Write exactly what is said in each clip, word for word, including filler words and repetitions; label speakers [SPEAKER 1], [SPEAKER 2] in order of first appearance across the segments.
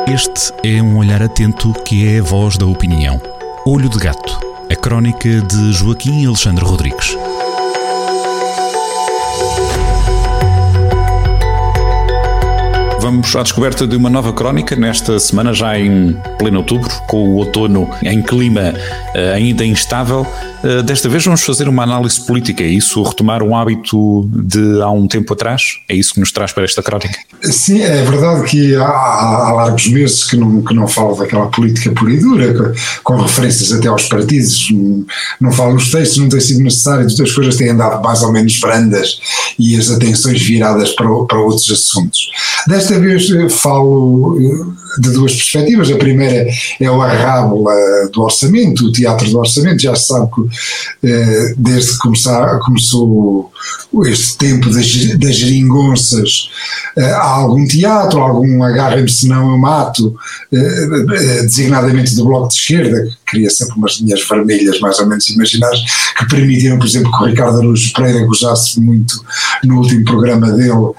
[SPEAKER 1] Este é um olhar atento que é a voz da opinião. Olho de Gato, a crónica de Joaquim Alexandre Rodrigues. Vamos à descoberta de uma nova crónica nesta semana, já em pleno outubro, com o outono em clima uh, ainda instável. Uh, desta vez vamos fazer uma análise política, é isso? Retomar um hábito de há um tempo atrás? É isso que nos traz para esta crónica?
[SPEAKER 2] Sim, é verdade que há, há largos meses que não, que não falo daquela política pura e dura, com referências até aos partidos, não falo nos textos, não tem sido necessário, as coisas têm andado mais ou menos brandas e as atenções viradas para, para outros assuntos. Desta vez falo de duas perspectivas. A primeira é o arrábula do orçamento, o teatro do orçamento. Já se sabe que desde que começar, começou este tempo das, das geringonças, há algum teatro, algum agarra-me se não eu mato, designadamente do Bloco de Esquerda, que cria sempre umas linhas vermelhas mais ou menos imaginares, que permitiram, por exemplo, que o Ricardo Araújo Pereira gozasse muito no último programa dele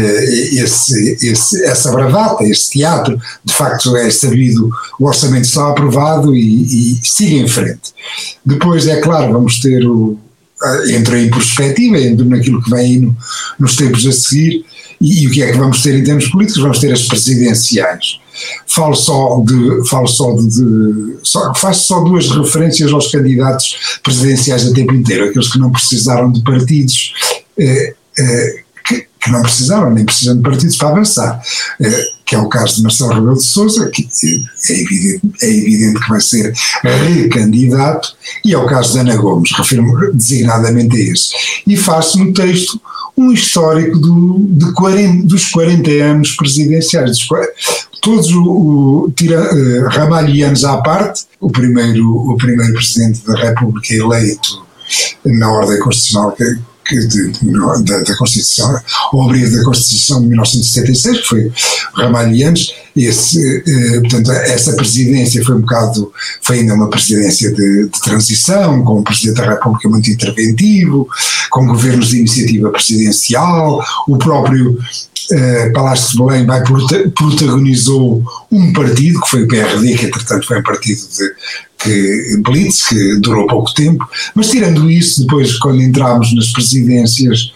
[SPEAKER 2] esse, esse, essa bravata, esse teatro. De facto é sabido, o orçamento está aprovado e, e siga em frente. Depois, é claro, vamos ter o, entro em perspectiva, entro naquilo que vem aí no, nos tempos a seguir, e, e o que é que vamos ter em termos políticos? Vamos ter as presidenciais. Falo só de, falo só de, de só, faço só duas referências aos candidatos presidenciais a tempo inteiro, aqueles que não precisaram de partidos, eh, eh, que, que não precisaram, nem precisam de partidos para avançar, eh, que é o caso de Marcelo Rebelo de Sousa, que é evidente, é evidente que vai ser recandidato, e é o caso de Ana Gomes, refiro designadamente a esse. E faço no texto um histórico do, de quarenta, dos quarenta anos presidenciais, dos, todos o, o tira, uh, ramalhianos à parte, o primeiro, o primeiro presidente da República eleito na ordem constitucional que, que de, no, da, da Constituição, ao abrir da Constituição de mil novecentos e setenta e seis, que foi Ramalhianos. Esse, eh, portanto, essa presidência foi um bocado, foi ainda uma presidência de, de transição, com um Presidente da República muito interventivo, com governos de iniciativa presidencial. O próprio eh, Palácio de Belém vai, protagonizou um partido, que foi o P R D, que entretanto foi um partido de que, Blitz, que durou pouco tempo. Mas tirando isso, depois quando entramos nas presidências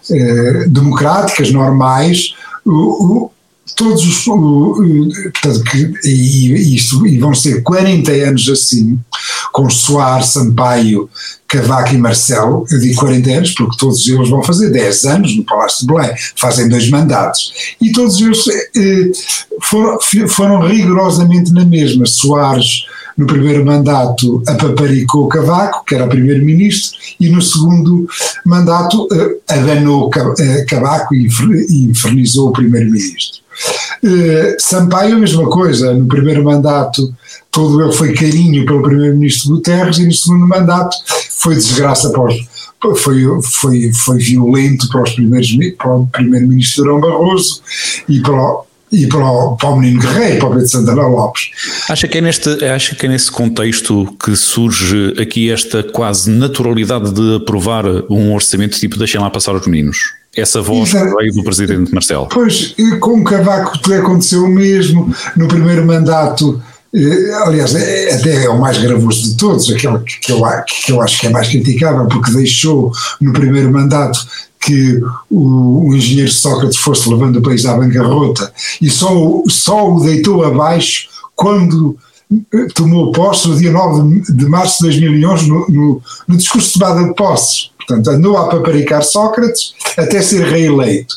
[SPEAKER 2] eh, democráticas, normais, o, o todos os, portanto, que, e, isto, e vão ser quarenta anos assim, com Soares, Sampaio, Cavaco e Marcelo. Eu digo quarenta anos porque todos eles vão fazer dez anos no Palácio de Belém, fazem dois mandatos, e todos eles eh, foram, foram rigorosamente na mesma. Soares no primeiro mandato apaparicou Cavaco, que era o primeiro-ministro, e no segundo mandato eh, abanou Cavaco e infernizou o primeiro-ministro. Uh, Sampaio a mesma coisa, no primeiro mandato todo ele foi carinho pelo primeiro-ministro Guterres, e no segundo mandato foi desgraça para os, foi, foi, foi violento para, os primeiros, para o primeiro-ministro Durão Barroso e para o, e para o, para o menino Guerreiro, para o Pedro Santana Lopes.
[SPEAKER 1] Acha que, é neste, acha que é nesse contexto que surge aqui esta quase naturalidade de aprovar um orçamento tipo deixem lá passar os meninos? Essa voz que veio do presidente Marcelo.
[SPEAKER 2] Pois, com o Cavaco aconteceu o mesmo. No primeiro mandato, eh, aliás, é, até é o mais gravoso de todos, aquele que, que, eu, que eu acho que é mais criticável, porque deixou no primeiro mandato que o, o engenheiro Sócrates fosse levando o país à bancarrota, e só, só o deitou abaixo quando tomou posse no dia nove de março de dois mil e onze, no, no, no discurso de tomada de posse. Portanto, andou a paparicar Sócrates até ser reeleito.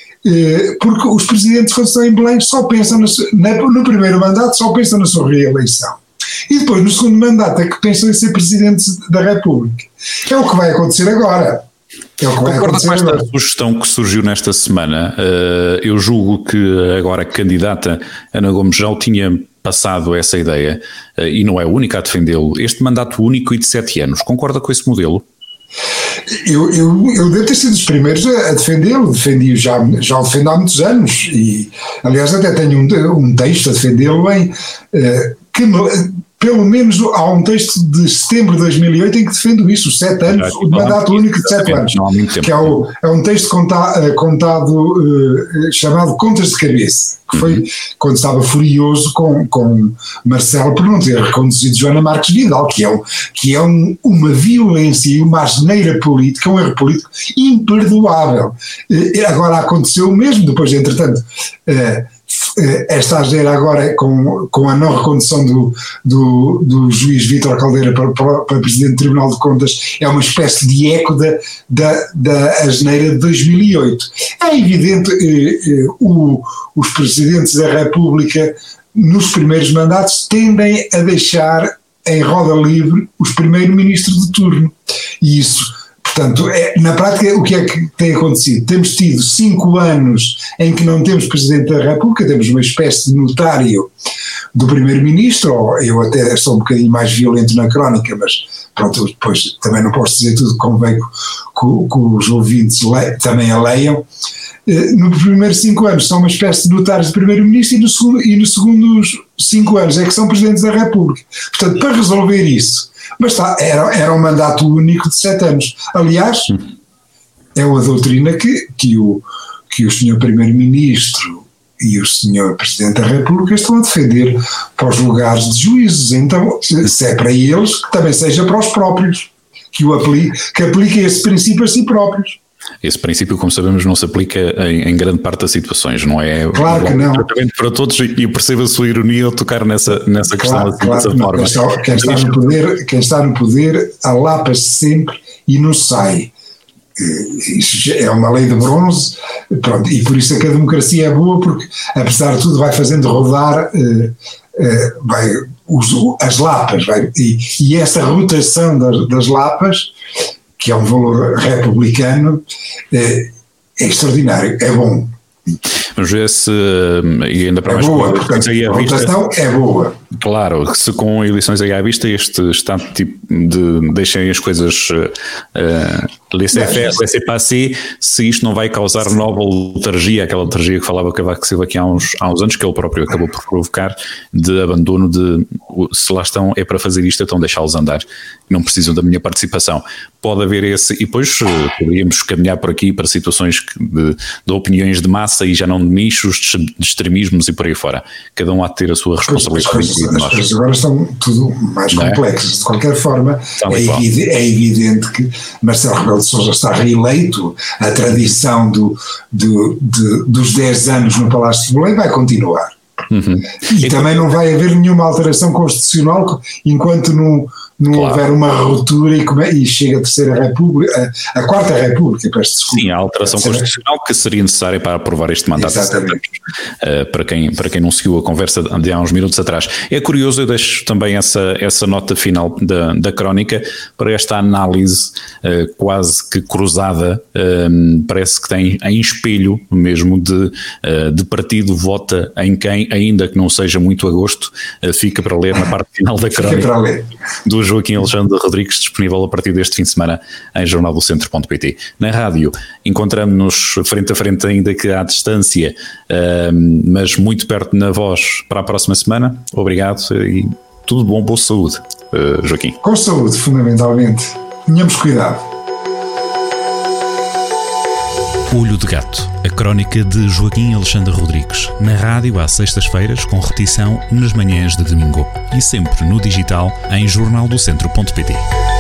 [SPEAKER 2] Porque os presidentes, quando estão em Belém, só pensam na, no primeiro mandato, só pensam na sua reeleição. E depois, no segundo mandato, é que pensam em ser presidentes da República. É o que vai acontecer agora. É o que vai
[SPEAKER 1] Concordo com esta
[SPEAKER 2] agora.
[SPEAKER 1] sugestão que surgiu nesta semana. Eu julgo que agora a candidata Ana Gomes já o tinha passado essa ideia, e não é a única a defendê-lo. Este mandato único e de sete anos, concorda com esse modelo?
[SPEAKER 2] Eu, eu, eu devo ter sido dos primeiros a, a defendê-lo, defendi já, já o defendo há muitos anos, e aliás até tenho um, um texto a defendê-lo em, uh, que me, pelo menos há um texto de setembro de dois mil e oito em que defendo isso, os sete anos, o mandato único de sete anos, que é, o, é um texto conta, contado, uh, chamado Contas de Cabeça, que foi uhum. quando estava furioso com, com Marcelo por não ter reconduzido Joana Marques Vidal, que é, um, que é um, uma violência e uma asneira política, um erro político imperdoável. Uh, agora aconteceu o mesmo, depois, entretanto, uh, esta asneira agora com, com a não recondução do, do, do juiz Vítor Caldeira para, para, para Presidente do Tribunal de Contas é uma espécie de eco da, da, da asneira de dois mil e oito. É evidente eh, eh, o, os Presidentes da República nos primeiros mandatos tendem a deixar em roda livre os Primeiros-Ministros de turno, e isso... Portanto, é, na prática, o que é que tem acontecido? Temos tido cinco anos em que não temos Presidente da República, temos uma espécie de notário do Primeiro-Ministro, ou eu até sou um bocadinho mais violento na crónica, mas pronto, depois também não posso dizer tudo, convém que, que, que os ouvintes le, também a leiam. Nos primeiros cinco anos são uma espécie de notários do Primeiro-Ministro e, no segundo, e nos segundos cinco anos é que são Presidentes da República. Portanto, para resolver isso, mas está, era, era um mandato único de sete anos. Aliás, é uma doutrina que, que, o, que o senhor Primeiro-Ministro e o senhor Presidente da República estão a defender para os lugares de juízes. Então, se é para eles, que também seja para os próprios, que, o aplique, que apliquem esse princípio a si próprios.
[SPEAKER 1] Esse princípio, como sabemos, não se aplica em, em grande parte das situações, não é?
[SPEAKER 2] Claro que não.
[SPEAKER 1] Para todos, e eu percebo a sua ironia ao tocar nessa, nessa
[SPEAKER 2] claro,
[SPEAKER 1] questão
[SPEAKER 2] claro,
[SPEAKER 1] dessa
[SPEAKER 2] não,
[SPEAKER 1] forma.
[SPEAKER 2] Quem está, quem, está no poder, quem está no poder alapa-se sempre e não sai. Isso é uma lei de bronze, pronto, e por isso é que a democracia é boa, porque apesar de tudo vai fazendo rodar uh, uh, vai, os, as lapas, vai, e, e essa rotação das, das lapas, que é um valor republicano, é, é extraordinário, é bom.
[SPEAKER 1] Vamos ver se, e ainda para
[SPEAKER 2] é
[SPEAKER 1] mais
[SPEAKER 2] boa, portanto, a rotação é boa.
[SPEAKER 1] Claro, se com eleições aí à vista este estado tipo de deixem as coisas uh, laissez-faire, laissez-passer, se isto não vai causar nova letargia, aquela letargia que falava Cavaco Silva aqui há uns, há uns anos, que ele próprio acabou por provocar, de abandono de, se lá estão é para fazer isto, então deixá-los andar, não precisam da minha participação. Pode haver esse, e depois uh, poderíamos caminhar por aqui para situações de, de opiniões de massa e já não de nichos, de extremismos e por aí fora. Cada um há de ter a sua responsabilidade.
[SPEAKER 2] As coisas agora estão tudo mais não complexas. É? De qualquer forma, é, evidente, é evidente que Marcelo Rebelo de Sousa está reeleito, a tradição do, do, de, dos dez anos no Palácio de Belém vai continuar. Uhum. E, e também não vai haver nenhuma alteração constitucional enquanto não, não claro. houver uma ruptura e, come, e chega a Terceira República, a, a Quarta República, peço desculpa.
[SPEAKER 1] Sim, a alteração constitucional que seria necessária para aprovar este mandato.
[SPEAKER 2] Exatamente.
[SPEAKER 1] Uh, para, quem, para quem não seguiu a conversa de há uns minutos atrás. É curioso, eu deixo também essa, essa nota final da, da crónica para esta análise uh, quase que cruzada, uh, parece que tem em espelho mesmo de, uh, de partido vota em quem, ainda que não seja muito a gosto, uh, fica para ler na parte final da crónica do Joaquim Alexandre Rodrigues, disponível a partir deste fim de semana em jornal do centro ponto pt. Na rádio encontramos-nos frente a frente, ainda que à distância, uh, mas muito perto na voz, para a próxima semana. Obrigado e tudo bom, boa saúde, uh, Joaquim.
[SPEAKER 2] Com saúde, fundamentalmente. Tenhamos cuidado.
[SPEAKER 3] Olho de Gato, a crónica de Joaquim Alexandre Rodrigues, na rádio às sextas-feiras, com repetição nas manhãs de domingo e sempre no digital em jornal do centro ponto pt.